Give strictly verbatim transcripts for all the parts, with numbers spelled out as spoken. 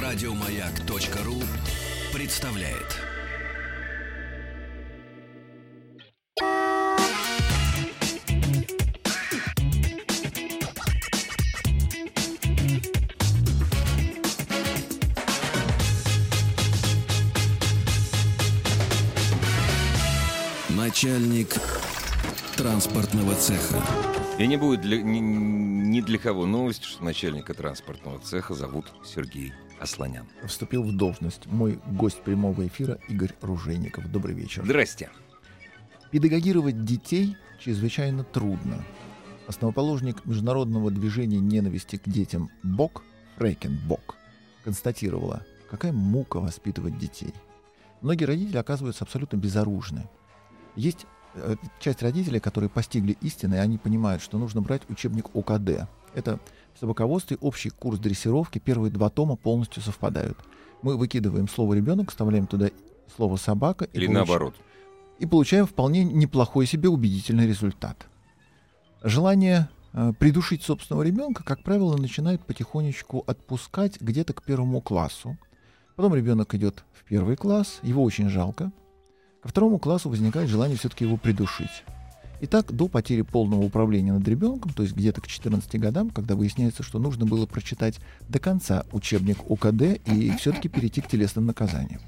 Радиомаяк.ру представляет. Начальник транспортного цеха. И не будет для, ни, ни для кого новость, что начальника транспортного цеха зовут Сергей Асланян. Вступил в должность мой гость прямого эфира Игорь Ружейников. Добрый вечер. Здрасте. Педагогировать детей чрезвычайно трудно. Основоположник международного движения ненависти к детям БОК, Фрейкен БОК, констатировала, какая мука воспитывать детей. Многие родители оказываются абсолютно безоружны. Есть э, часть родителей, которые постигли истину, и они понимают, что нужно брать учебник о ка дэ. Это в собаководстве общий курс дрессировки. Первые два тома полностью совпадают. Мы выкидываем слово «ребенок», вставляем туда слово «собака». Или получ... наоборот. И получаем вполне неплохой себе убедительный результат. Желание э, придушить собственного ребенка, как правило, начинают потихонечку отпускать где-то к первому классу. Потом ребенок идет в первый класс, его очень жалко. Ко второму классу возникает желание все-таки его придушить. И так до потери полного управления над ребенком, то есть где-то к четырнадцати годам, когда выясняется, что нужно было прочитать до конца учебник о ка дэ и все-таки перейти к телесным наказаниям.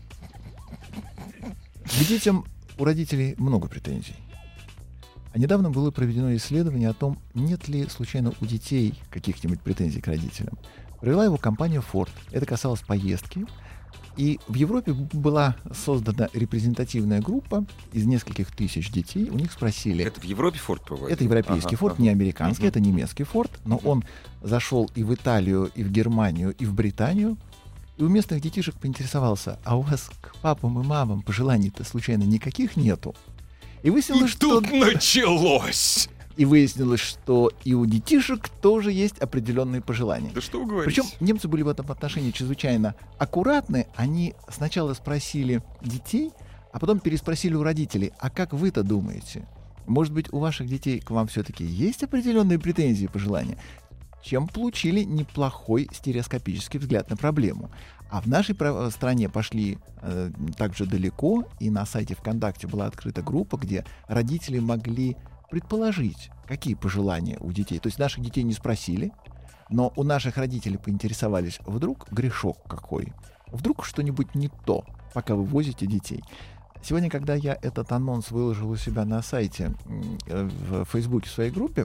К детям у родителей много претензий. А недавно было проведено исследование о том, нет ли случайно у детей каких-нибудь претензий к родителям. Провела его компания Ford. Это касалось поездки. И в Европе была создана репрезентативная группа из нескольких тысяч детей. У них спросили... Это в Европе Форд проводит? Это европейский Форд, ага, не американский, uh-huh. это немецкий Форд. Но uh-huh. он зашел и в Италию, и в Германию, и в Британию. И у местных детишек поинтересовался, а у вас к папам и мамам пожеланий-то случайно никаких нету? И выяснилось, и тут что... началось! И выяснилось, что и у детишек тоже есть определенные пожелания. Да что вы говорите? Причем немцы были в этом отношении чрезвычайно аккуратны. Они сначала спросили детей, а потом переспросили у родителей, а как вы-то думаете? Может быть, у ваших детей к вам все-таки есть определенные претензии и пожелания? Чем получили неплохой стереоскопический взгляд на проблему. А в нашей про- стране пошли э, также далеко, и на сайте ВКонтакте была открыта группа, где родители могли предположить, какие пожелания у детей. То есть наших детей не спросили, но у наших родителей поинтересовались, вдруг грешок какой, вдруг что-нибудь не то, пока вы возите детей. Сегодня, когда я этот анонс выложил у себя на сайте, в Фейсбуке, в своей группе,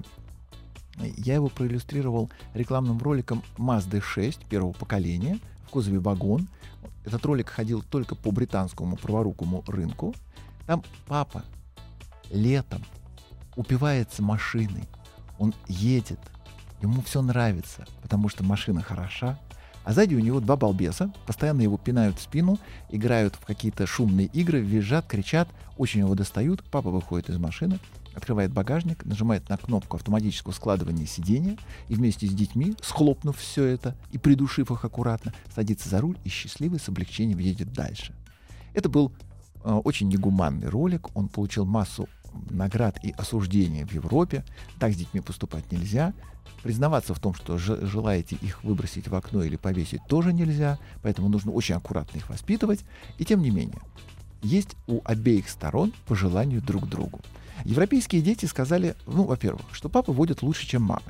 я его проиллюстрировал рекламным роликом Mazda шесть первого поколения в кузове вагон. Этот ролик ходил только по британскому праворукому рынку. Там папа летом упивается машиной, он едет, ему все нравится, потому что машина хороша, а сзади у него два балбеса, постоянно его пинают в спину, играют в какие-то шумные игры, визжат, кричат, очень его достают, папа выходит из машины, открывает багажник, нажимает на кнопку автоматического складывания сиденья и вместе с детьми, схлопнув все это и придушив их аккуратно, садится за руль и счастливый с облегчением едет дальше. Это был э, очень негуманный ролик, он получил массу наград и осуждения в Европе. Так с детьми поступать нельзя. Признаваться в том, что ж- желаете их выбросить в окно или повесить, тоже нельзя. Поэтому нужно очень аккуратно их воспитывать. И тем не менее, есть у обеих сторон по желанию друг другу. Европейские дети сказали, ну, во-первых, что папы водят лучше, чем мамы.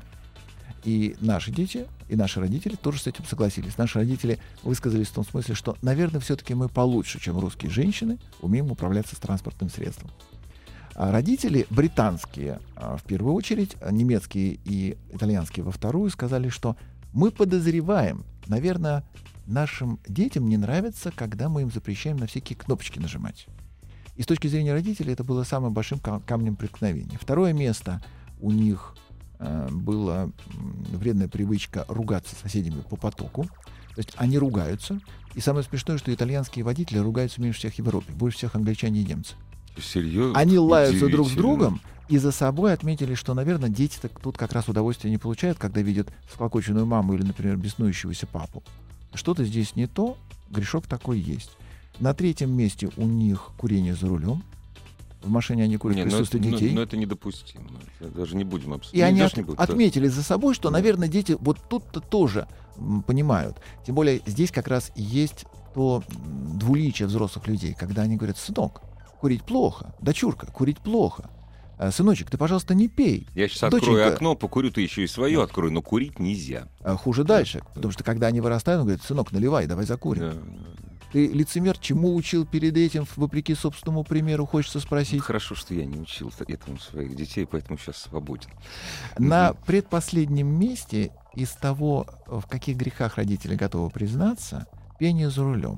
И наши дети, и наши родители тоже с этим согласились. Наши родители высказались в том смысле, что, наверное, все-таки мы получше, чем русские женщины, умеем управляться с транспортным средством. А родители британские, в первую очередь, немецкие и итальянские во вторую, сказали, что мы подозреваем, наверное, нашим детям не нравится, когда мы им запрещаем на всякие кнопочки нажимать. И с точки зрения родителей это было самым большим камнем преткновения. Второе место у них э, была вредная привычка ругаться с соседями по потоку. То есть они ругаются. И самое смешное, что итальянские водители ругаются меньше всех в Европе. Больше всех англичане и немцы. Серьезно? Они лаются друг с другом и за собой отметили, что, наверное, дети тут как раз удовольствия не получают, когда видят склокоченную маму или, например, беснующегося папу. Что-то здесь не то, грешок такой есть. На третьем месте у них курение за рулем. В машине они курят в присутствии но, детей. Но, но это недопустимо. Даже не будем обсуждать. И они от, отметили за собой, что, наверное, дети вот тут-то тоже м, понимают. Тем более здесь как раз и есть то м, двуличие взрослых людей, когда они говорят: сынок, курить плохо, дочурка, курить плохо. «Э, Сыночек, ты, пожалуйста, не пей. Я сейчас открою Доченька, окно, покурю, ты еще и свое Да. открою, но курить нельзя. а хуже дальше. Потому что когда они вырастают, он говорит: сынок, наливай, давай закурим. Да. Ты, лицемер, чему учил перед этим, вопреки собственному примеру, хочется спросить. Хорошо, что я не учил этому своих детей, поэтому сейчас свободен. На Мгм. предпоследнем месте из того, в каких грехах родители готовы признаться, пение за рулем.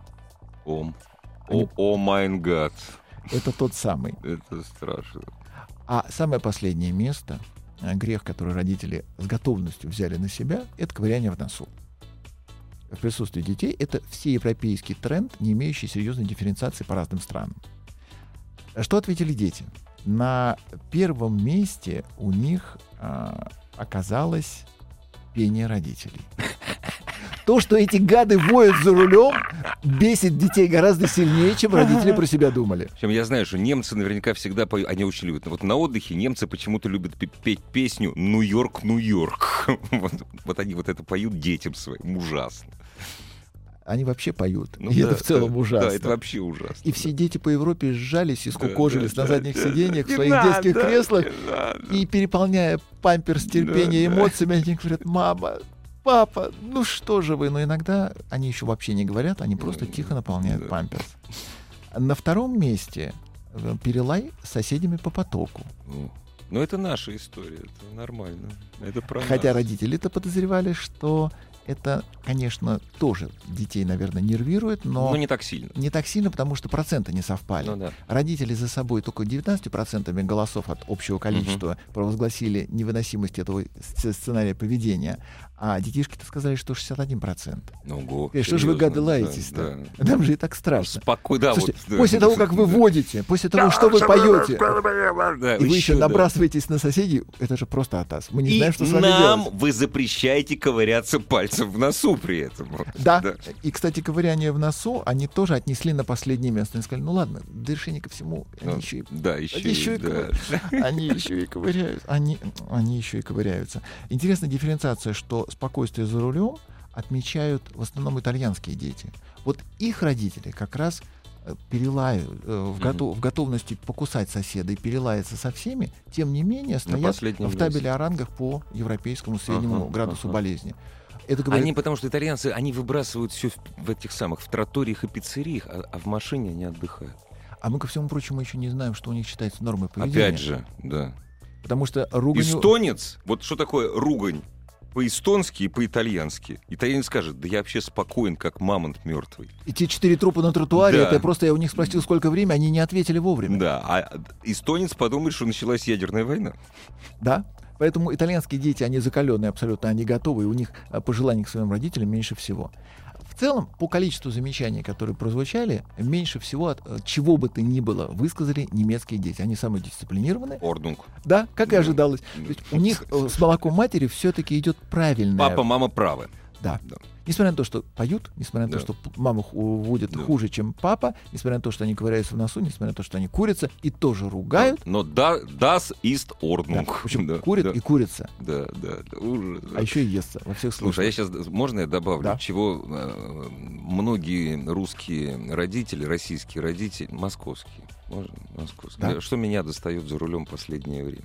Ом. Они- О, о майн гад. Это тот самый. Это страшно. А самое последнее место, э, грех, который родители с готовностью взяли на себя, это ковыряние в носу. В присутствии детей это всеевропейский тренд, не имеющий серьезной дифференциации по разным странам. Что ответили дети? На первом месте у них а, оказалось пение родителей. То, что эти гады воют за рулем, бесит детей гораздо сильнее, чем родители про себя думали. Причем я знаю, что немцы наверняка всегда поют, они очень любят. Вот на отдыхе немцы почему-то любят пе- петь песню «Нью-Йорк, Нью-Йорк». Вот, вот они вот это поют детям своим. Ужасно. Они вообще поют. Ну и да, это в целом да, ужасно. Да, это вообще ужасно. И все дети по Европе сжались и Да, скукожились да, на да, задних да, сиденьях в не своих надо, детских креслах. не надо. И, переполняя памперс терпения и Да, да. эмоциями, они говорят: мама, папа, ну что же вы? Но иногда они еще вообще не говорят, они просто Да, тихо наполняют да. памперс. На втором месте э, перелай с соседями по потоку. Ну, ну, это наша история, это нормально. Это про Хотя нас. родители-то подозревали, что это, конечно, тоже детей, наверное, нервирует, но Но не так сильно. не так сильно, потому что проценты не совпали. Ну да. Родители за собой только девятнадцать процентов голосов от общего количества провозгласили невыносимость этого сц- сценария поведения, а детишки-то сказали, что шестьдесят один процент. Ну, го, Э, что же вы, серьезно, гады, лаетесь-то? да, да. Нам же и так страшно. Спокойно, да, Слушайте, вот, да. после того, как вы Да. водите, после того, что вы поете, Да, и вы еще да. набрасываетесь на соседей, это же просто атас. Мы не И знаем, что с вами нам делать. вы запрещаете ковыряться пальцем в носу при этом. Да. И, кстати, ковыряние в носу они тоже отнесли на последнее место. Они сказали: ну ладно, до решения ко всему, они Ну, еще и Да, еще, Они еще и да. Они еще и ковыряются. Они, они еще и ковыряются. Интересная дифференциация, что спокойствие за рулем отмечают в основном итальянские дети. Вот их родители как раз э, перелаю, э, в, готов, в готовности покусать соседа и перелаяться со всеми, тем не менее стоят последнем в табеле месте. о рангах по европейскому среднему Ага, градусу ага. болезни. Это говорит, Они, потому что итальянцы, они выбрасывают все в, в этих самых, в троториях и пиццериях, а, а в машине они отдыхают. а мы, ко всему прочему, еще не знаем, что у них считается нормой поведения. Опять же, да. Потому что руганью... Эстонец, вот что такое ругань по-эстонски и по-итальянски? Итальянец скажет: да я вообще спокоен, как мамонт мертвый. И те четыре трупа на тротуаре, Да. это просто я у них спросил, сколько времени, они не ответили вовремя. Да, а эстонец подумает, что началась ядерная война. Да. Поэтому итальянские дети, они закаленные абсолютно, они готовы, и у них а, пожеланий к своим родителям меньше всего. В целом, по количеству замечаний, которые прозвучали, меньше всего от э, чего бы то ни было высказали немецкие дети. Они самые дисциплинированные. Ордунг. Да, как и Да. ожидалось. То есть у них э, с молоком матери все-таки идет правильное. Папа, мама правы. Да. Да. Несмотря на то, что поют, несмотря на Да. то, что п- мама ху- водит Да. хуже, чем папа, несмотря на то, что они ковыряются в носу, несмотря на то, что они курятся и тоже ругают. Но да, das ist Да, Ordnung. причем Да, курят да, и курятся, да, да, да, ужас. да. а еще и естся во всех Слушай, а я случаях. сейчас, можно я добавлю, Да. чего э, многие русские родители, российские родители, московские, можно, московские, Да. что меня достает за рулем в последнее время?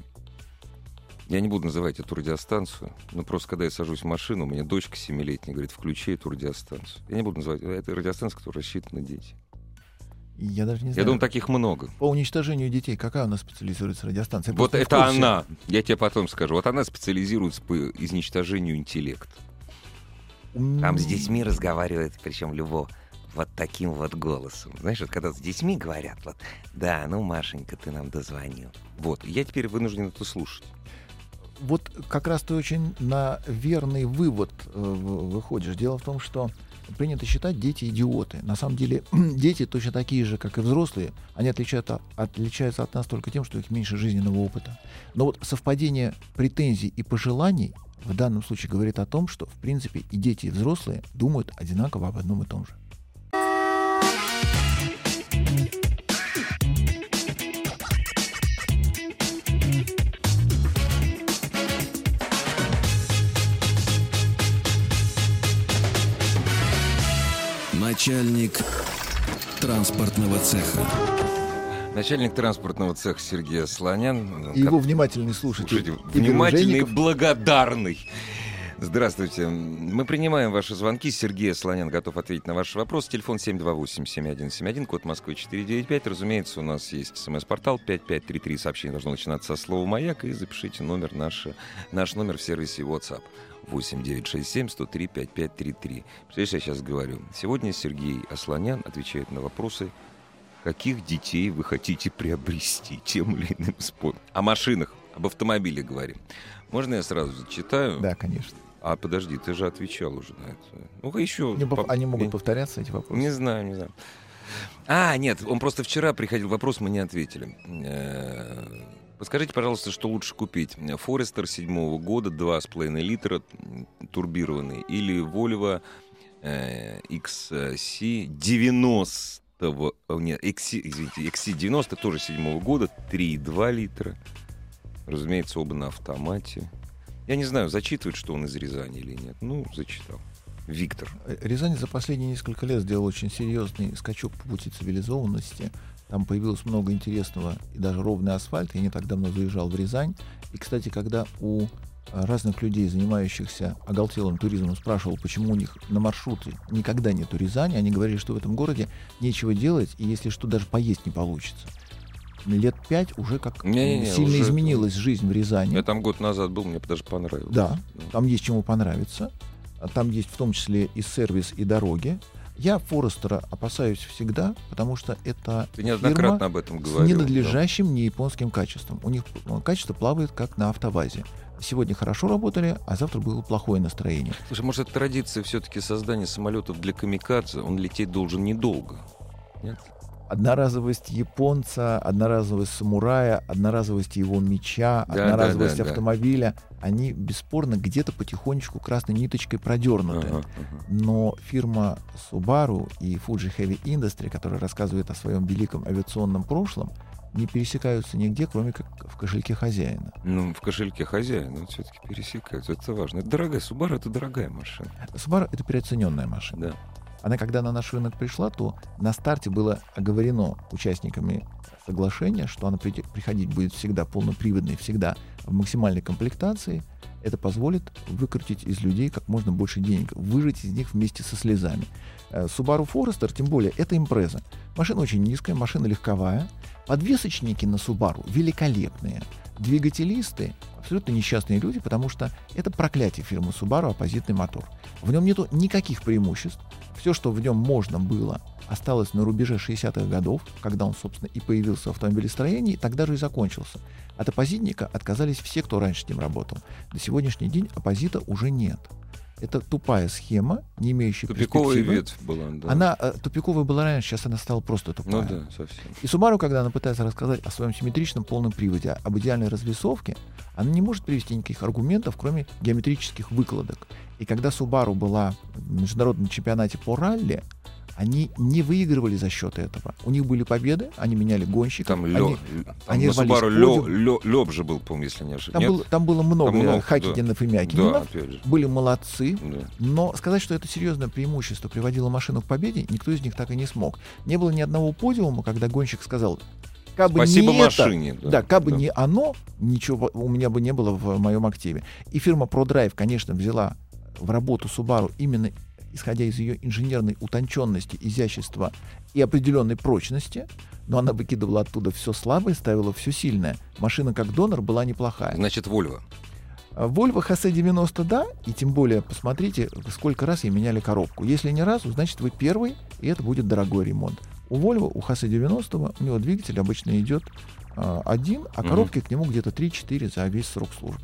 Я не буду называть эту радиостанцию, но просто когда я сажусь в машину, у меня дочка семилетняя говорит: включи эту радиостанцию. Я не буду называть, это радиостанция, которая рассчитана на детей. Я даже не Я знаю. думаю, таких много. По уничтожению детей какая у нас специализируется радиостанция? Я Вот просто не в это курсе. она, я тебе потом скажу, вот она специализируется по изничтожению интеллекта. М, Там с детьми разговаривает, причем любого, вот таким вот голосом. Знаешь, вот когда с детьми говорят, вот, да, ну, Машенька, ты нам дозвонил. Вот, я теперь вынужден это слушать. Вот как раз ты очень на верный вывод э, в- выходишь. Дело в том, что принято считать дети идиоты. На самом деле дети точно такие же, как и взрослые. Они отличаются, отличаются от нас только тем, что у них меньше жизненного опыта. Но вот совпадение претензий и пожеланий в данном случае говорит о том, что, в принципе, и дети, и взрослые думают одинаково об одном и том же. Начальник транспортного цеха. Начальник транспортного цеха Сергей Асланян. И его внимательный слушатель. Слушайте, внимательный и благодарный. Здравствуйте. Мы принимаем ваши звонки. Сергей Асланян готов ответить на ваши вопросы. Телефон семь два восемь семь один семь один, код Москвы четыре девять пять. Разумеется, у нас есть смс-портал пять пять три три. Сообщение должно начинаться со слова «Маяк». И запишите номер наш, наш номер в сервисе WhatsApp. восемь девятьсот шестьдесят семь сто три пятьдесят пять тридцать три. Представляешь, я сейчас говорю. Сегодня Сергей Асланян отвечает на вопросы, каких детей вы хотите приобрести тем или иным способом. О машинах, об автомобиле говорим. Можно я сразу зачитаю? Да, конечно. А подожди, ты же отвечал уже на это. Ну-ка еще. Не, по... Они могут я... повторяться, эти вопросы? Не знаю, не знаю. А, нет, он просто вчера приходил вопрос, мы не ответили. Подскажите, пожалуйста, что лучше купить? Форестер седьмого года, два с половиной литра, турбированный, или Volvo икс си девяносто, нет, икс си, извините, икс си девяносто, тоже седьмого года, три и два литра. Разумеется, оба на автомате. Я не знаю, зачитывает, что он из Рязани или нет. Ну, зачитал. Виктор. Рязань за последние несколько лет сделал очень серьезный скачок по пути цивилизованности. Там появилось много интересного и даже ровный асфальт. Я не так давно заезжал в Рязань. И, кстати, когда у разных людей, занимающихся оголтелым туризмом, спрашивал, почему у них на маршруте никогда нету Рязани, они говорили, что в этом городе нечего делать, и если что, даже поесть не получится. Лет пять уже как не, не, сильно уже изменилась это... жизнь в Рязани. Я там год назад был, мне даже понравилось. Да, да, там есть чему понравиться. Там есть в том числе и сервис, и дороги. Я Форестера опасаюсь всегда, потому что это Ты неоднократно фирма об этом говорил, с ненадлежащим да. не японским качеством. У них качество плавает как на автовазе. Сегодня хорошо работали, а завтра было плохое настроение. Слушай, может, это традиция все-таки создания самолетов для камикадзе? Он лететь должен недолго. Нет? Одноразовость японца, одноразовость самурая, одноразовость его меча, да, одноразовость да, да, автомобиля, да. они бесспорно где-то потихонечку красной ниточкой продернуты. Ага, ага. Но фирма Subaru и Fuji Heavy Industry, которая рассказывает о своем великом авиационном прошлом, не пересекаются нигде, кроме как в кошельке хозяина. Ну, в кошельке хозяина все-таки пересекаются. Это важно. Это дорогая. Subaru — это дорогая машина. Subaru — это переоцененная машина. Да. Она, когда на наш рынок пришла, то на старте было оговорено участниками соглашения, что она при, приходить будет всегда полноприводной, всегда в максимальной комплектации. Это позволит выкрутить из людей как можно больше денег, выжать из них вместе со слезами. Subaru Forester, тем более, это импреза. Машина очень низкая, машина легковая. Подвесочники на Subaru великолепные. Двигателисты абсолютно несчастные люди, потому что это проклятие фирмы Subaru, оппозитный мотор. В нем нету никаких преимуществ. Все, что в нем можно было, осталось на рубеже шестидесятых годов, когда он, собственно, и появился в автомобилестроении, и тогда же и закончился. От оппозитника отказались все, кто раньше с ним работал. На сегодняшний день оппозита уже нет. Это тупая схема, не имеющая тупиковая перспективы. Ветвь была, да. Она э, тупиковая была раньше, сейчас она стала просто тупая. Ну да, совсем. И Subaru, когда она пытается рассказать о своем симметричном полном приводе, об идеальной развесовке, она не может привести никаких аргументов, кроме геометрических выкладок. И когда Subaru была в международном чемпионате по ралли, они не выигрывали за счет этого. У них были победы, они меняли гонщиков. Там, они, лё, там они на Subaru лё, лё, Лёб же был, по-моему, если не ошибаюсь. Там, был, там было много, много Хакигенов да. и Мякиненов. Да, были молодцы. Да. Но сказать, что это серьезное преимущество приводило машину к победе, никто из них так и не смог. Не было ни одного подиума, когда гонщик сказал: кабы спасибо не машине. Это, да, да, кабы да. не оно, ничего у меня бы не было в моем активе. И фирма ProDrive, конечно, взяла в работу Subaru именно исходя из ее инженерной утонченности, изящества и определенной прочности, но она выкидывала оттуда все слабое, ставила все сильное. Машина как донор была неплохая. Значит, Volvo. Volvo эйч эс девяносто, да, и тем более посмотрите, сколько раз ей меняли коробку. Если не раз, значит, вы первый, и это будет дорогой ремонт. У Volvo, у эйч эс девяносто, у него двигатель обычно идет а, один, а коробки mm-hmm. к нему где-то три-четыре за весь срок службы.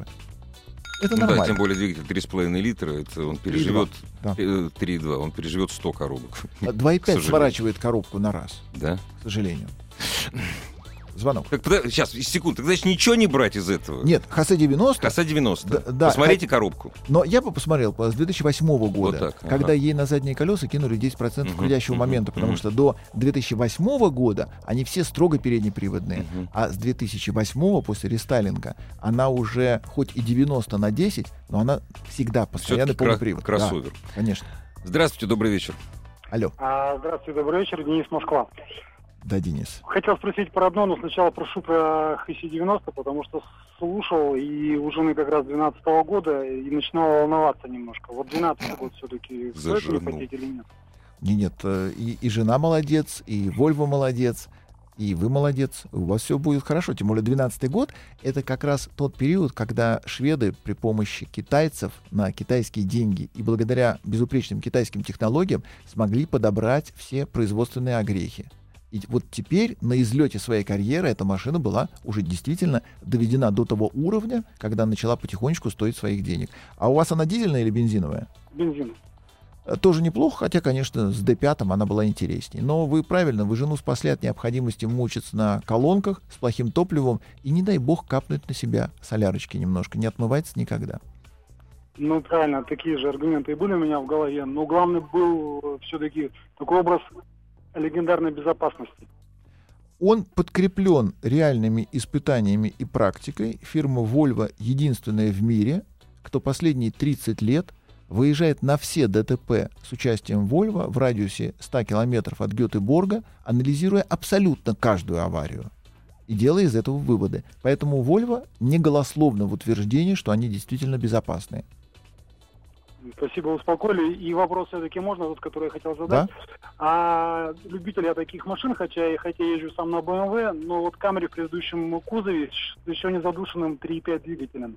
Это ну нормально. Да, тем более двигатель три с половиной литра, это он переживет три и два, он переживет сто коробок. два и пять сворачивает коробку на раз. Да? К сожалению. Звонок. Так, подожди, сейчас, секунду, тогда значит, ничего не брать из этого? Нет, эйч эс девяносто. эйч эс девяносто. Да, да, посмотрите а, коробку. Но я бы посмотрел с две тысячи восьмого года, вот так, ага. когда ей на задние колеса кинули десять процентов uh-huh, крутящего uh-huh, момента, потому uh-huh. что до две тысячи восьмого года они все строго переднеприводные, uh-huh. а с две тысячи восьмого, после рестайлинга, она уже хоть и девяносто на десять, но она всегда постоянный полный привод. Кроссовер. Да, конечно. Здравствуйте, добрый вечер. Алло. А, здравствуйте, добрый вечер, Денис, Москва. Да, Денис. Хотел спросить про одно, но сначала прошу про Хэси девяносто, потому что слушал, и у жены как раз двенадцатого года, и начинал волноваться немножко. Вот двенадцатый год все-таки стоит мне хотеть или нет? Нет, и, и жена молодец, и Вольво молодец, и вы молодец. У вас все будет хорошо. Тем более двенадцатый год — это как раз тот период, когда шведы при помощи китайцев на китайские деньги и благодаря безупречным китайским технологиям смогли подобрать все производственные огрехи. И вот теперь на излете своей карьеры эта машина была уже действительно доведена до того уровня, когда начала потихонечку стоить своих денег. А у вас она дизельная или бензиновая? Бензин. Тоже неплохо, хотя, конечно, с дэ пять она была интереснее. Но вы правильно, вы жену спасли от необходимости мучиться на колонках с плохим топливом и, не дай бог, капнуть на себя солярочки немножко. Не отмывается никогда. Ну, правильно, такие же аргументы и были у меня в голове. Но главный был все-таки такой образ легендарной безопасности. Он подкреплен реальными испытаниями и практикой. Фирма Volvo единственная в мире, кто последние тридцать лет выезжает на все дэ тэ пэ с участием Volvo в радиусе ста километров от Гетеборга, анализируя абсолютно каждую аварию и делая из этого выводы. Поэтому Volvo не голословно в утверждении, что они действительно безопасны. Спасибо, успокоили. И вопрос все-таки можно, тот, который я хотел задать. Да? А любитель я таких машин, хотя, хотя я езжу сам на бэ эм вэ, но вот Camry в предыдущем кузове с еще не задушенным три и пять двигателем.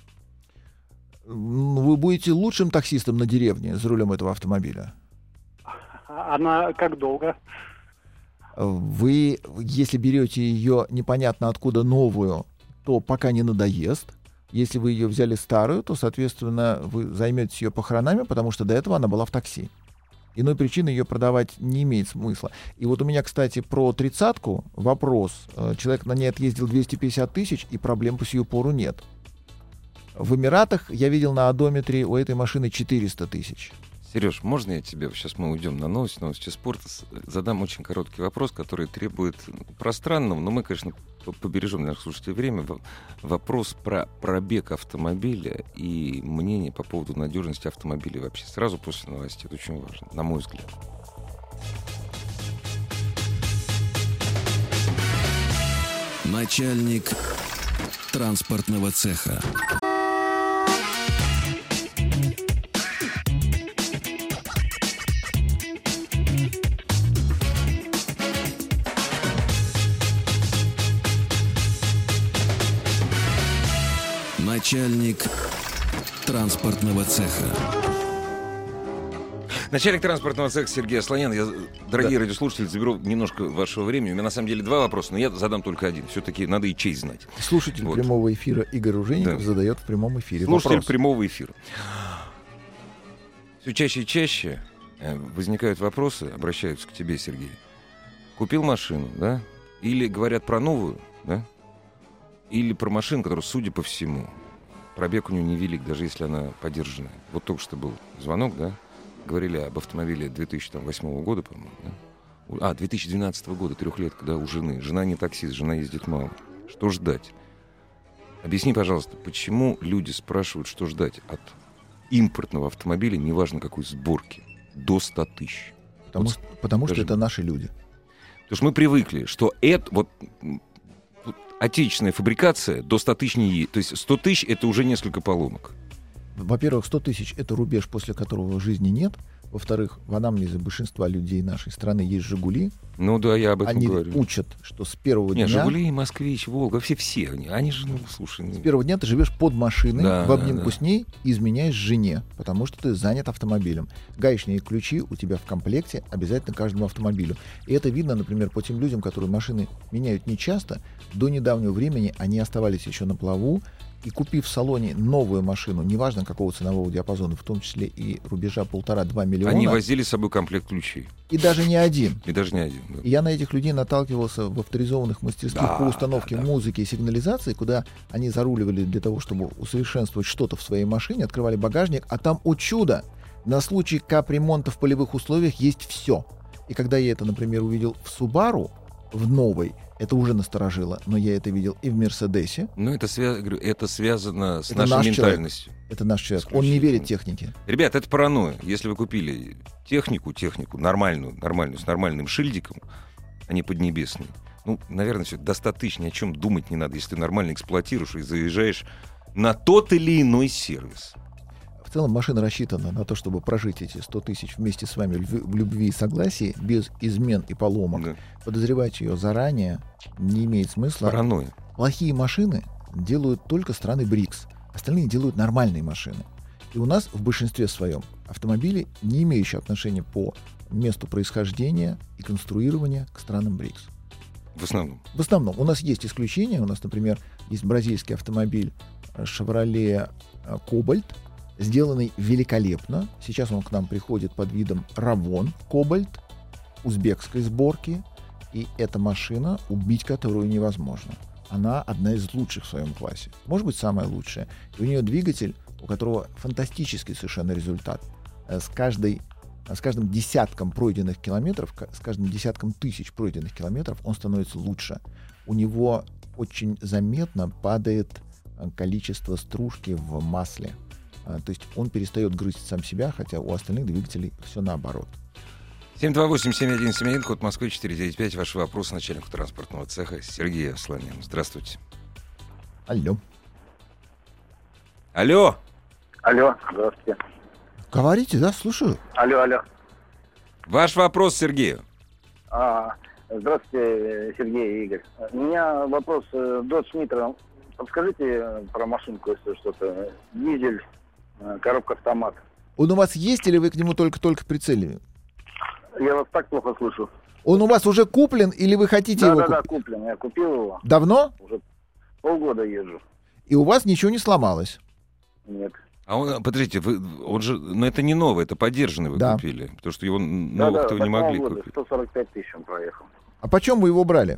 Вы будете лучшим таксистом на деревне за рулем этого автомобиля. Она как долго? Вы, если берете ее непонятно откуда новую, то пока не надоест. Если вы ее взяли старую, то, соответственно, вы займетесь ее похоронами, потому что до этого она была в такси. Иной причины ее продавать не имеет смысла. И вот у меня, кстати, про тридцатку вопрос. Человек на ней отъездил двести пятьдесят тысяч, и проблем по сию пору нет. В Эмиратах я видел на одометре у этой машины четыреста тысяч. Сереж, можно я тебе, сейчас мы уйдем на новости, новости спорта, задам очень короткий вопрос, который требует пространного, но мы, конечно, побережем для наших слушателей время. Вопрос про пробег автомобиля и мнение по поводу надежности автомобиля вообще. Сразу после новостей. Это очень важно, на мой взгляд. Начальник транспортного цеха. Начальник транспортного цеха. Начальник транспортного цеха Сергей Асланян. Я, дорогие да. радиослушатели, заберу немножко вашего времени. У меня на самом деле два вопроса, но я задам только один. Все-таки надо и честь знать. Слушатель вот. прямого эфира Игорь Ужеников да. задает в прямом эфире Слушатель вопрос. прямого эфира. Все чаще и чаще возникают вопросы, обращаются к тебе, Сергей. Купил машину, да? Или говорят про новую, да? Или про машину, которая, судя по всему, пробег у нее невелик, даже если она подержанная. Вот только что был звонок, да? Говорили об автомобиле две тысячи восьмого года, по-моему, да? А, две тысячи двенадцатого года, трехлетка, да, у жены. Жена не таксист, жена ездит мало. Что ждать? Объясни, пожалуйста, почему люди спрашивают, что ждать от импортного автомобиля, неважно какой сборки, до ста тысяч? Потому, вот, что, потому что это мне. наши люди. Потому что мы привыкли, что это вот... Отечественная фабрикация до ста тысяч не едет. То есть сто тысяч — это уже несколько поломок. Во-первых, сто тысяч — это рубеж, после которого жизни нет. Во-вторых, в анамнезе большинства людей нашей страны есть «Жигули». Ну да, я об этом они говорю. Они учат, что с первого Нет, дня... «Жигули», «Москвич», «Волга», все, все они. Они же, ну, слушай... С первого дня ты живешь под машиной, да, в обнимку да, да. с ней, и изменяешь жене, потому что ты занят автомобилем. Гаечные ключи у тебя в комплекте обязательно каждому автомобилю. И это видно, например, по тем людям, которые машины меняют нечасто. До недавнего времени они оставались еще на плаву, и купив в салоне новую машину, неважно какого ценового диапазона, в том числе и рубежа полтора-два миллиона... Они возили с собой комплект ключей. И даже не один. И даже не один. Да. И я на этих людей наталкивался в авторизованных мастерских да, по установке да, да. музыки и сигнализации, куда они заруливали для того, чтобы усовершенствовать что-то в своей машине, открывали багажник, а там, о чудо, на случай капремонта в полевых условиях есть все. И когда я это, например, увидел в Subaru, в новой, Это уже насторожило, но я это видел и в Мерседесе. Ну, это, свя... говорю, это связано с Это нашей наш ментальностью. Человек. Это наш человек. Он не верит технике. Ребят, это паранойя. Если вы купили технику, технику нормальную, нормальную, с нормальным шильдиком, а не поднебесную, ну, наверное, все, до ста тысяч ни о чем думать не надо, если ты нормально эксплуатируешь и заезжаешь на тот или иной сервис. В целом машина рассчитана на то, чтобы прожить эти сто тысяч вместе с вами в любви и согласии, без измен и поломок. Да. Подозревать ее заранее не имеет смысла. Паранойя. Плохие машины делают только страны БРИКС. Остальные делают нормальные машины. И у нас в большинстве своем автомобили, не имеющие отношения по месту происхождения и конструирования к странам БРИКС. В основном? В основном. У нас есть исключения. У нас, например, есть бразильский автомобиль Chevrolet Cobalt, сделанный великолепно. Сейчас он к нам приходит под видом Ravon Cobalt узбекской сборки. И эта машина, убить которую невозможно. Она одна из лучших в своем классе. Может быть, самая лучшая. И у нее двигатель, у которого фантастический совершенно результат. С, каждой, с каждым десятком пройденных километров, с каждым десятком тысяч пройденных километров он становится лучше. У него очень заметно падает количество стружки в масле. То есть он перестает грызть сам себя, хотя у остальных двигателей все наоборот. семь два восемь семь один семь один, код Москвы четыре девять пять. Ваш вопрос начальнику транспортного цеха Сергею Слоняну. Здравствуйте. Алло. Алло. Алло, здравствуйте. Говорите, да, слушаю. Алло, алло. Ваш вопрос Сергею. А, здравствуйте, Сергей и Игорь. У меня вопрос. Dodge Nitro. Подскажите про машинку, если что-то. Дизель, коробка автомат. Он у вас есть или вы к нему только-только прицелили? Я вас так плохо слышу. Он у вас уже куплен или вы хотите да, его да, купить? Да, да, куплен. Я купил его. Давно? Уже полгода езжу. И у вас ничего не сломалось? Нет. А он, подождите, вы, он же, но это не новый, это подержанный вы да. купили, потому что его новых-то да, да, не могли года, купить. сто сорок пять тысяч он проехал. А почем вы его брали?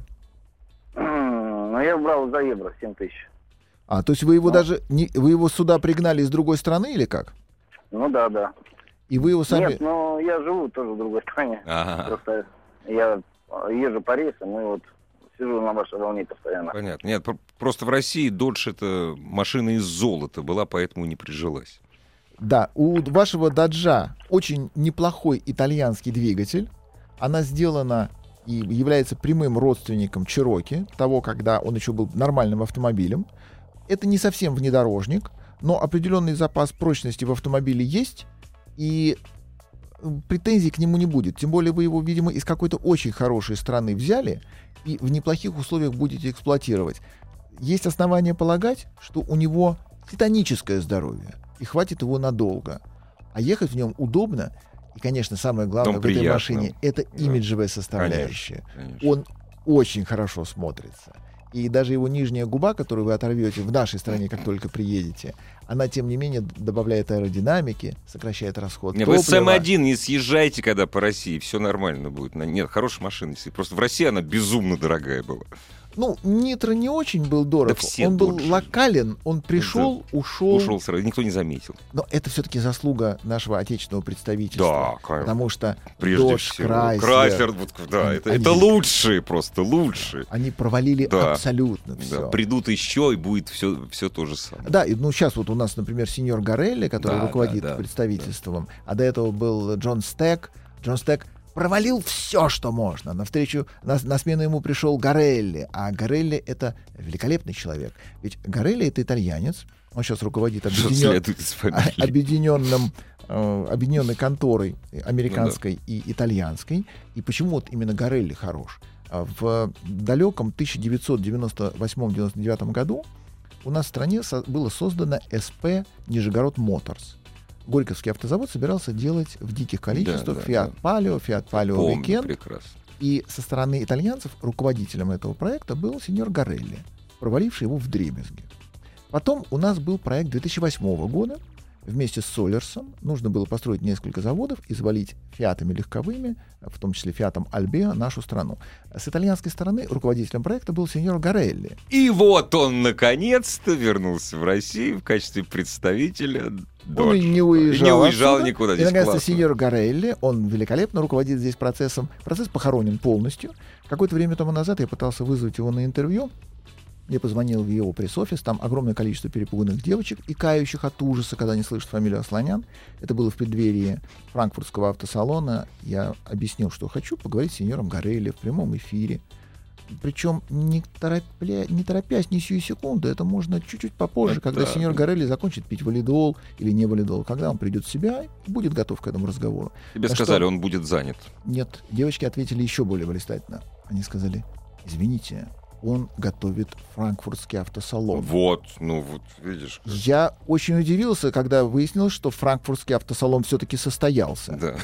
Ну, я брал за евро семь тысяч. А, то есть вы его ну. даже, не, вы его сюда пригнали из другой страны или как? Ну да, да. И вы его сами... Нет, но я живу тоже в другой стране. Ага. Просто я езжу по рейсам и вот сижу на вашей волне постоянно. Понятно. Нет, просто в России Dodge это машина из золота была, поэтому не прижилась. Да, у вашего Даджа очень неплохой итальянский двигатель. Она сделана и является прямым родственником Чироки, того, когда он еще был нормальным автомобилем. Это не совсем внедорожник, но определенный запас прочности в автомобиле есть, и претензий к нему не будет. Тем более вы его, видимо, из какой-то очень хорошей страны взяли и в неплохих условиях будете эксплуатировать. Есть основания полагать, что у него титаническое здоровье, и хватит его надолго. А ехать в нем удобно, и, конечно, самое главное Дом в этой приятно. машине — это Да. имиджевая составляющая. Конечно, конечно. Он очень хорошо смотрится. И даже его нижняя губа, которую вы оторвете в нашей стране, как только приедете, она, тем не менее, добавляет аэродинамики, сокращает расход Не, топлива. вы с эм один не съезжайте, когда по России, все нормально будет. Нет, хорошая машина. Просто в России она безумно дорогая была. Ну, Нитро не очень был дорог. Да все он был Dodge. локален, он пришел, Да. ушел. Ушел сразу, никто не заметил. Но это все-таки заслуга нашего отечественного представительства. Да, конечно. Потому что Прежде Dodge, всего. Chrysler, Chrysler, вот, да, они- это, они- это лучшие просто, лучшие. они провалили Да. абсолютно Да, все. придут еще, и будет все, все то же самое. Да, и ну сейчас вот у нас, например, сеньор Гарелли, который Да, руководит да, да, представительством, а до этого был Джон Стэк. Джон Стэк провалил все, что можно. Навстречу, на, на смену ему пришел Гарелли, а Гарелли — это великолепный человек. Ведь Гарелли — это итальянец, он сейчас руководит Что объединен- следует из фамилии? объединенным, э, объединенной конторой американской и итальянской. И почему вот именно Гарелли хорош? А В далеком тысяча девятьсот девяносто восьмом — девяносто девятом году у нас в стране со- было создано эс пэ Нижегород Моторс. Горьковский автозавод собирался делать в диких количествах да, Fiat да. Palio, Fiat Palio Помню Weekend. прекрасно. И со стороны итальянцев руководителем этого проекта был сеньор Гарелли, проваливший его вдребезги. Потом у нас был проект две тысячи восьмого года, вместе с Солерсом нужно было построить несколько заводов и завалить фиатами легковыми, в том числе фиатом Альбеа, нашу страну. С итальянской стороны руководителем проекта был сеньор Гарелли. И вот он, наконец-то, вернулся в Россию в качестве представителя Dodge. Он и не уезжал, и не уезжал отсюда. никуда. И, Здесь наконец-то, классно. сеньор Гарелли, он великолепно руководит здесь процессом. Процесс похоронен полностью. Какое-то время тому назад я пытался вызвать его на интервью. Я позвонил в его пресс-офис, там огромное количество перепуганных девочек и кающих от ужаса, когда они слышат фамилию Асланян. Это было в преддверии франкфуртского автосалона. Я объяснил, что хочу поговорить с сеньором Гарелли в прямом эфире. Причем не, торопля, не торопясь ни сию секунду, это можно чуть-чуть попозже, Это когда да. сеньор Гарелли закончит пить валидол или не валидол, когда он придет в себя и будет готов к этому разговору. Тебе А сказали, что? он будет занят. Нет, девочки ответили еще более блистательно. Они сказали: извините, он готовит франкфуртский автосалон. Вот, ну вот, видишь. как. Я очень удивился, когда выяснилось, что франкфуртский автосалон все-таки состоялся. Да.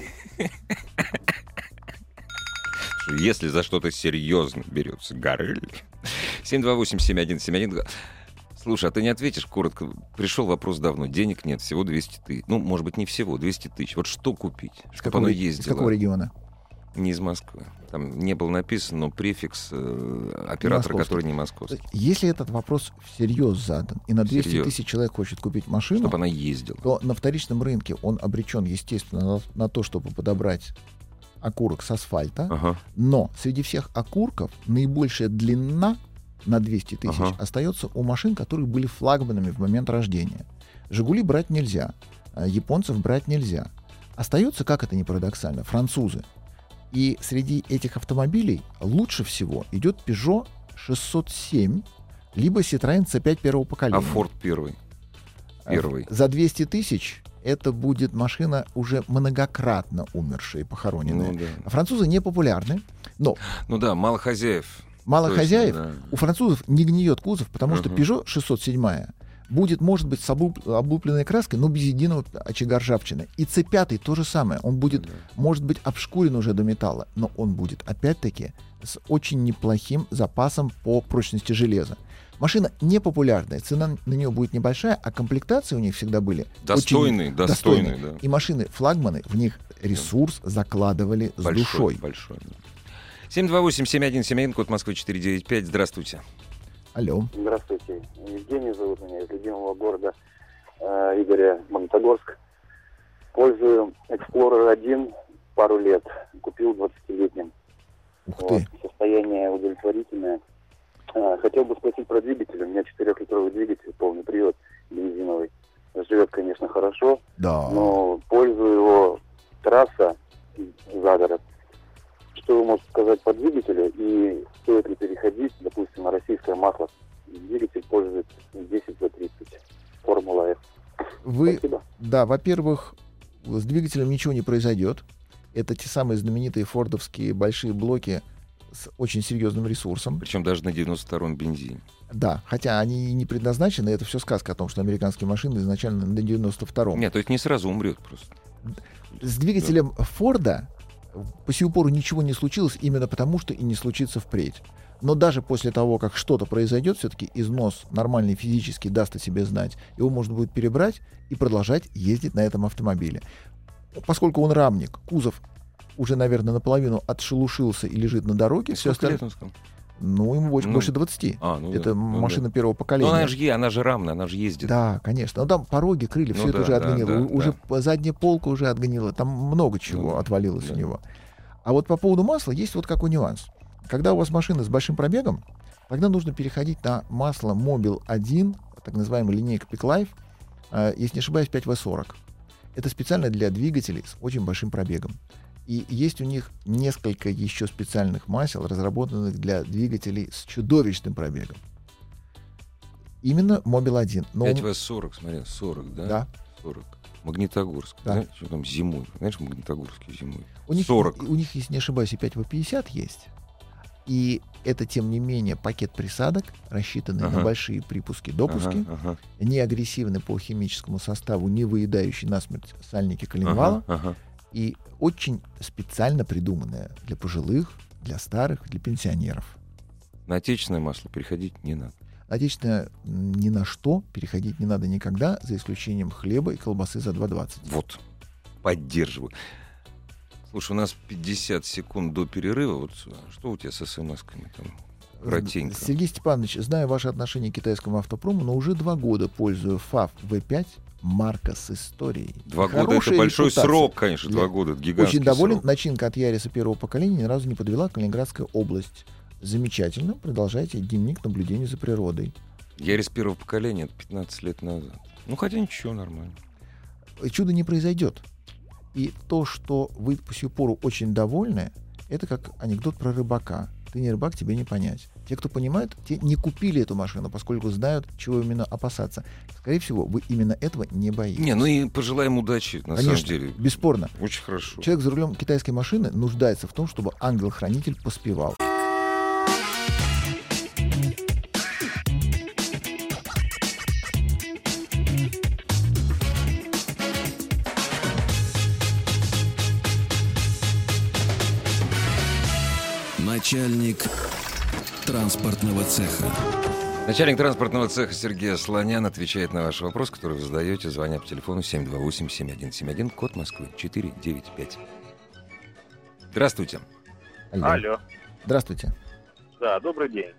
Если за что-то серьезно берется Гарелли. семь два восемь семь один семь один. Слушай, а ты не ответишь коротко? Пришел вопрос давно. Денег нет, всего двести тысяч. Ну, может быть, не всего, двести тысяч. Вот что купить, Из чтобы какого, оно из ездило? какого региона? Не из Москвы. Там не было написано, но префикс э, оператора, Московский. который не московский. Если этот вопрос всерьез задан, и на двести Всерьез. тысяч человек хочет купить машину, Чтобы она ездила. то на вторичном рынке он обречен, естественно, на, на то, чтобы подобрать окурок с асфальта. Ага. Но среди всех окурков наибольшая длина на двести тысяч Ага. остается у машин, которые были флагманами в момент рождения. «Жигули» брать нельзя, а японцев брать нельзя. Остаются, как это ни парадоксально, французы. И среди этих автомобилей лучше всего идет Peugeot шестьсот семь, либо Citroёn си пять первого поколения. А Форд первый? Первый. За двести тысяч это будет машина, уже многократно умершая и похороненная. Ну да. Французы не популярны, но Ну да, мало хозяев. мало Точно, хозяев. да. У французов не гниет кузов, потому что Мгм. Peugeot шестьсот семь будет, может быть, с облуп- облупленной краской, но без единого очага ржавчины. И си пять то же самое. Он будет, Да. может быть, обшкурен уже до металла, но он будет, опять-таки, с очень неплохим запасом по прочности железа. Машина непопулярная, цена на нее будет небольшая, а комплектации у них всегда были Достойный, очень достойный, достойные. да. И машины-флагманы, в них ресурс закладывали с Большой, душой. большой. да. семь два восемь семь один семь один, код Москвы четыре девять пять. Здравствуйте. Алло. Здравствуйте. Евгений зовут меня, из любимого города э, Игоря, Магнитогорск. Пользую Explorer один пару лет. Купил двадцатилетним. Ух Вот, ты. состояние удовлетворительное. Э, хотел бы спросить про двигатель. У меня четырехлитровый двигатель, полный привод, бензиновый. Живет, конечно, хорошо, Да. но пользую его трасса за город. Что вы можете сказать по двигателю и стоит ли переходить, допустим, на российское масло? Двигатель пользуется десять за тридцать. Формула F. Вы, Спасибо. да, во-первых, с двигателем ничего не произойдет. Это те самые знаменитые фордовские большие блоки с очень серьезным ресурсом. Причем даже на девяносто втором бензине. Да, хотя они и не предназначены, это все сказка о том, что американские машины изначально на девяносто втором. Нет, то есть не сразу умрет просто. С двигателем Форда по сию пору ничего не случилось, именно потому, что и не случится впредь. Но даже после того, как что-то произойдет, все-таки износ нормальный физически даст о себе знать. Его можно будет перебрать и продолжать ездить на этом автомобиле. Поскольку он рамник, кузов уже, наверное, наполовину отшелушился и лежит на дороге. Все Сколько остальное... лет он сказал? Ну, ему больше, Ну, больше двадцати. А, ну Это да, ну машина да. первого Ну, поколения. она же, е- она же рамная, она же ездит. Да, конечно. Ну, там пороги, крылья, Ну все это да, уже да, отгонило. да, У- уже да. по- задняя полка уже отгонила. Там много чего Ну да, отвалилось да. у него. А вот по поводу масла есть вот какой нюанс. Когда у вас машина с большим пробегом, тогда нужно переходить на масло Mobil один, так называемая линейка Peak Life, э, если не ошибаюсь, пять вэ сорок. Это специально для двигателей с очень большим пробегом. И есть у них несколько еще специальных масел, разработанных для двигателей с чудовищным пробегом. Именно Mobil один. Но пять он- вэ сорок, смотри, сорок, да? Да. сорок. Магнитогорск. Да. Знаешь, что там зимой? Знаешь, Магнитогорске зимой? У них, сорок. у них, если не ошибаюсь, и пять вэ пятьдесят есть. И это, тем не менее, пакет присадок, рассчитанный Ага. на большие припуски-допуски, Ага, ага, не агрессивный по химическому составу, не выедающий насмерть сальники коленвала, ага, ага. и очень специально придуманное для пожилых, для старых, для пенсионеров. На отечественное масло переходить не надо. Отечественное ни на что переходить не надо никогда, за исключением хлеба и колбасы за два двадцать. Вот. Поддерживаю. Слушай, у нас пятьдесят секунд до перерыва. Вот что у тебя с смс-ками там? Кратенько. Сергей Степанович, знаю ваше отношение к китайскому автопрому, но уже два года пользую ФАВ вэ пять, марка с историей. Два года — это большой репутация. Срок, конечно, два года. Это гигантский Очень доволен. срок. Начинка от Яриса первого поколения ни разу не подвела. Калининградская область. Замечательно. Продолжайте дневник наблюдения за природой. Ярис первого поколения — это пятнадцать лет назад. Ну, хотя ничего, нормально. Чудо не произойдет. И то, что вы по сию пору очень довольны, это как анекдот про рыбака. Ты не рыбак, тебе не понять. Те, кто понимают, те не купили эту машину, поскольку знают, чего именно опасаться. Скорее всего, вы именно этого не боитесь. Не, ну и пожелаем удачи, на Конечно, самом деле. Бесспорно. Очень хорошо. Человек за рулем китайской машины нуждается в том, чтобы ангел-хранитель поспевал. Начальник транспортного цеха. Начальник транспортного цеха Сергей Асланян отвечает на ваш вопрос, который вы задаете, звоня по телефону семь два восемь семь один семь один, код Москвы четыре девять пять. Здравствуйте. Алло. Алло. Здравствуйте. Да, добрый день.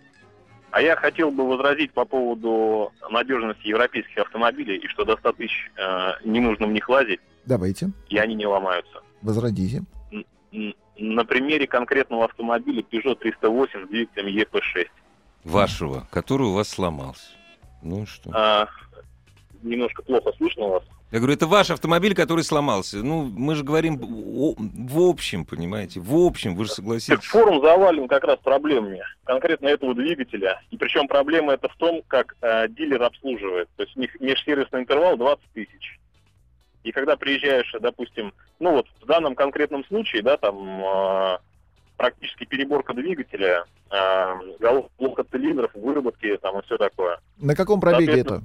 А я хотел бы возразить по поводу надежности европейских автомобилей и что до ста тысяч э, не нужно в них лазить, Давайте. и они не ломаются. Возродите. Н- н- на примере конкретного автомобиля Peugeot триста восемь с двигателем и пэ шесть. Вашего, который у вас сломался. Ну что? А, немножко плохо слышно вас. Я говорю, это ваш автомобиль, который сломался. Ну, мы же говорим о- в общем, понимаете, в общем, вы же Так согласитесь. форум завален как раз проблемами конкретно этого двигателя. И причем проблема это в том, как э, дилер обслуживает. То есть у них межсервисный интервал двадцать тысяч. И когда приезжаешь, допустим, ну вот в данном конкретном случае, да, там э, практически переборка двигателя, э, головка блока цилиндров, выработки там и все такое. На каком пробеге это?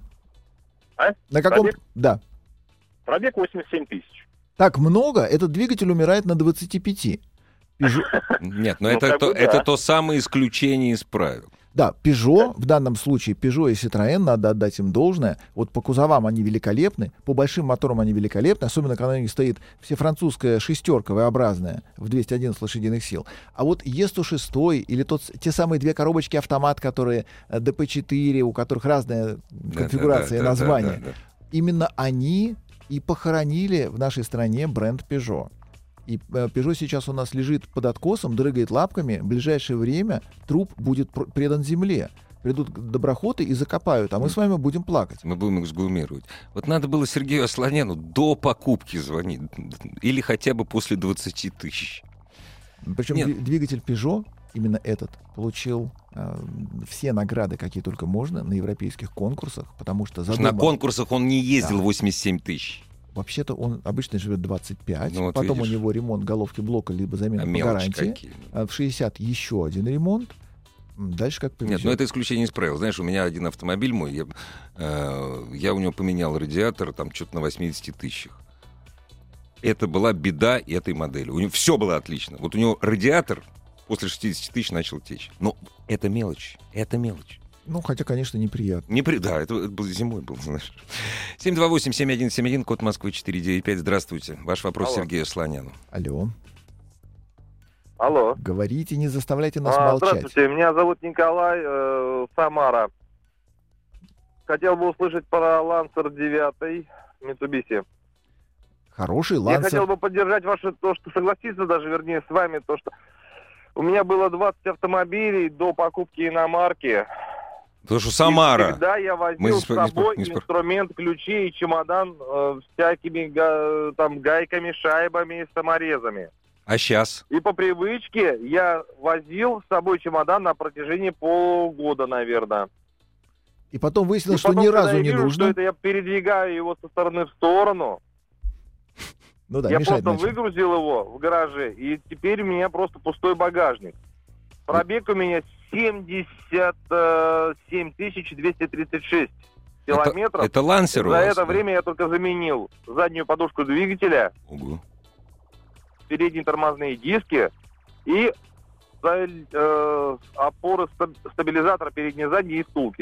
А? На каком? Пробег? Да. Пробег восемьдесят семь тысяч. Так много? Этот двигатель умирает на двадцати пяти. Peugeot... Нет, но Ну, это, как то, бы да. это то самое исключение из правил. Да, Peugeot, в данном случае Peugeot и Citroën, надо отдать им должное. Вот по кузовам они великолепны, по большим моторам они великолепны, особенно когда у них стоит всефранцузская шестерка V-образная в двести одиннадцать лошадиных сил. А вот Е сто шесть или тот, те самые две коробочки автомат, которые дэ пэ четыре, у которых разная конфигурация и Да, да, да, название, да, да, да. именно они и похоронили в нашей стране бренд Peugeot. И э, Peugeot сейчас у нас лежит под откосом, дрыгает лапками. В ближайшее время труп будет пр- предан земле. Придут доброходы и закопают, а мы с вами будем плакать. Мы будем эксгумировать. Вот надо было Сергею Асланяну до покупки звонить. Или хотя бы после двадцати тысяч. Причем Нет. дви- двигатель Peugeot, именно этот, получил э, все награды, какие только можно, на европейских конкурсах, потому что Потому что на задуман- конкурсах он не ездил Да. восемьдесят семь тысяч. Вообще-то он обычно живет двадцать пять, Ну, вот потом видишь. у него ремонт головки блока либо замена А по мелочи гарантии. какие. А в шестьдесят еще один ремонт. М, Дальше как повезет. Нет, ну это исключение из правил. Знаешь, у меня один автомобиль мой, я, э, я у него поменял радиатор там что-то на восьмидесяти тысячах. Это была беда этой модели. У него все было отлично. Вот у него радиатор после шестидесяти тысяч начал течь. Но это мелочь, это мелочь. Ну, хотя, конечно, неприятно. Не при... Да, это, это был зимой был, знаешь. семь два восемь семь один семь один, код Москвы четыре девять пять. Здравствуйте. Ваш вопрос Алло. Сергею Асланяну. Алло. Алло. Говорите, не заставляйте нас А, молчать. здравствуйте, меня зовут Николай, э, Самара. Хотел бы услышать про Lancer девять Mitsubishi. Хороший Я хотел лансер. бы поддержать ваше, то, что согласиться даже, вернее, с вами, то, что у меня было двадцать автомобилей до покупки иномарки. Потому что Самара. И всегда я возил Мы не с спор- не спор- собой не спор- инструмент, ключи и чемодан э, всякими га- там гайками, шайбами и саморезами. А сейчас? И по привычке я возил с собой чемодан на протяжении полгода, наверное. И потом выяснилось, И что потом, ни когда разу я не вижу, нужно. что это я передвигаю его со стороны в сторону. Ну да, я мешать просто начал. выгрузил его в гараже, и теперь у меня просто пустой багажник. Пробег у меня семьдесят семь тысяч двести тридцать шесть километров. Это, это лансер у За вас, это да? время я только заменил заднюю подушку двигателя, Ого. передние тормозные диски и э, опоры стаб- стабилизатора передней и задней и втулки.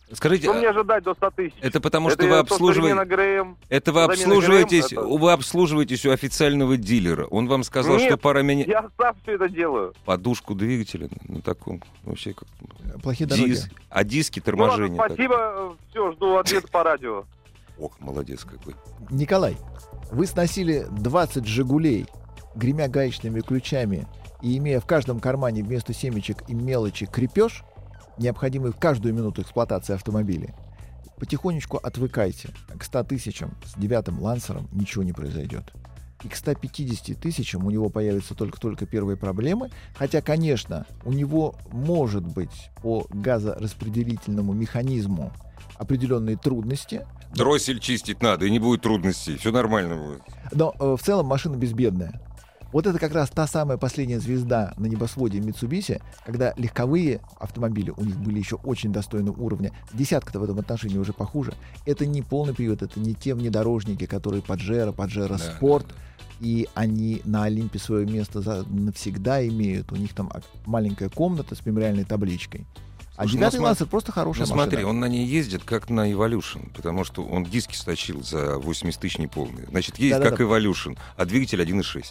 Скажите, Что мне ожидать до ста тысяч? это потому, это что вы обслуживаете... ГРМ, Это вы обслуживаетесь, ГРМ, это... вы обслуживаетесь у официального дилера. Он вам сказал, Нет, что пора менять... я сам все это делаю. Подушку двигателя на таком... Вообще как... Плохие дороги. Дис... А диски Ну, торможения... ладно, спасибо, все, жду ответа по радио. Ох, молодец какой. Николай, вы сносили двадцать «Жигулей», гремя гаечными ключами и имея в каждом кармане вместо семечек и мелочи крепеж, необходимый в каждую минуту эксплуатации автомобиля. Потихонечку отвыкайте. К ста тысячам с девятым «Лансером» ничего не произойдет. И к ста пятидесяти тысячам у него появятся только-только первые проблемы. Хотя, конечно, у него может быть по газораспределительному механизму определенные трудности. Дроссель чистить надо, и не будет трудностей. Все нормально будет. Но э, в целом машина безбедная. Вот это как раз та самая последняя звезда на небосводе Mitsubishi, когда легковые автомобили у них были еще очень достойного уровня. Десятка-то в этом отношении уже похуже. Это не полный привод, это не те внедорожники, которые Паджеро, Паджеро Да, Спорт. да, да. И они на Олимпе свое место за, навсегда имеют. У них там маленькая комната с мемориальной табличкой. А Слушай, девятый ну, «Лансер» просто хорошая Ну машина. смотри, он на ней ездит как на Evolution, потому что он диски сточил за восемьдесят тысяч неполные. Значит, ездит Да-да-да. как Evolution, а двигатель один и шесть.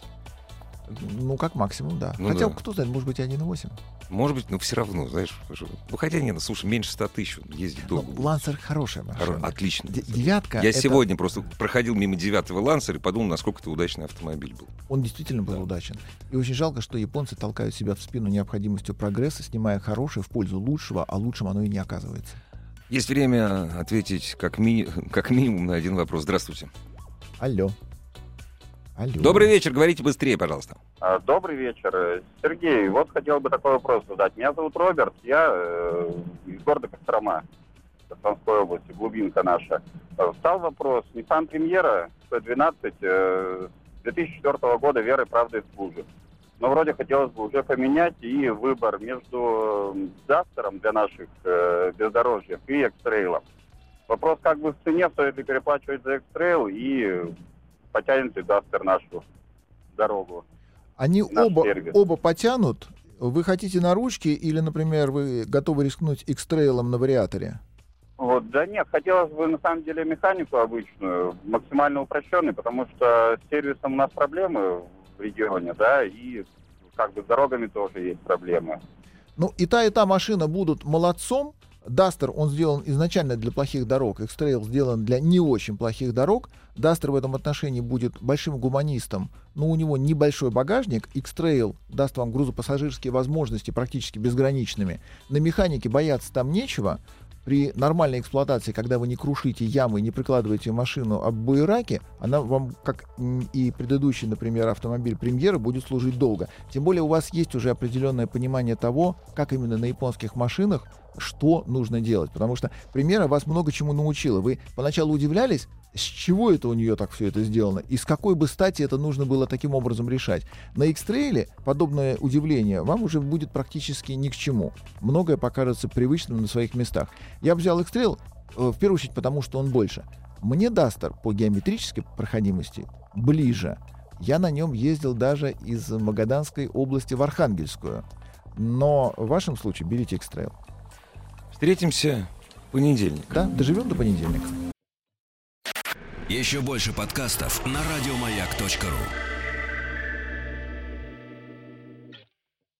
Ну, как максимум, да. Ну Хотя, да. кто знает, может быть, один и восемь. Может быть, но все равно, знаешь. Ну, хотя нет, ну, слушай, меньше ста тысяч он ездит долго. Ну, «Лансер» хорошая машина. Хоро- Отлично. Д- девятка. Я это- сегодня просто проходил мимо девятого Лансера и подумал, насколько это удачный автомобиль был. Он действительно был Да. удачен. И очень жалко, что японцы толкают себя в спину необходимостью прогресса, снимая хорошее в пользу лучшего, а лучшим оно и не оказывается. Есть время ответить как, ми- как минимум на один вопрос. Здравствуйте. Алло. Алло. Добрый вечер, говорите быстрее, пожалуйста. А, Добрый вечер. Сергей, вот хотел бы такой вопрос задать. Меня зовут Роберт, я э, из города Кострома, Костромской области, глубинка наша. Э, Встал вопрос. Nissan Премьера сто двенадцать э, две тысячи четвёртого года верой, правдой служит. Но вроде хотелось бы уже поменять, и выбор между Дастером для наших э, бездорожьев и X-Trail. Вопрос как бы в цене, стоит ли переплачивать за X-Trail и потянет ли Дастер нашу дорогу. Они наш оба, сервис. оба потянут. Вы хотите на ручке или, например, вы готовы рискнуть X-Trail'ом на вариаторе? Вот, да нет, хотелось бы на самом деле механику обычную, максимально упрощенную, потому что с сервисом у нас проблемы в регионе, да, и как бы с дорогами тоже есть проблемы. Ну, и та, и та машина будут молодцом. Дастер, он сделан изначально для плохих дорог. X-Trail сделан для не очень плохих дорог. Дастер в этом отношении будет большим гуманистом, но у него небольшой багажник. X-Trail даст вам грузопассажирские возможности практически безграничными. На механике бояться там нечего. При нормальной эксплуатации, когда вы не крушите ямы и не прикладываете машину об буераки, она вам, как и предыдущий, например, автомобиль Премьера, будет служить долго. Тем более у вас есть уже определенное понимание того, как именно на японских машинах, что нужно делать. Потому что Премьера вас много чему научила. Вы поначалу удивлялись, с чего это у нее так все это сделано, и с какой бы стати это нужно было таким образом решать. На X-Trail подобное удивление вам уже будет практически ни к чему. Многое покажется привычным на своих местах. Я взял X-Trail э, в первую очередь потому, что он больше. Мне Дастер по геометрической проходимости ближе. Я на нем ездил даже из Магаданской области в Архангельскую. Но в вашем случае берите X-Trail. Встретимся в понедельник. Да, доживем до понедельника. Еще больше подкастов на радиомаяк точка ру.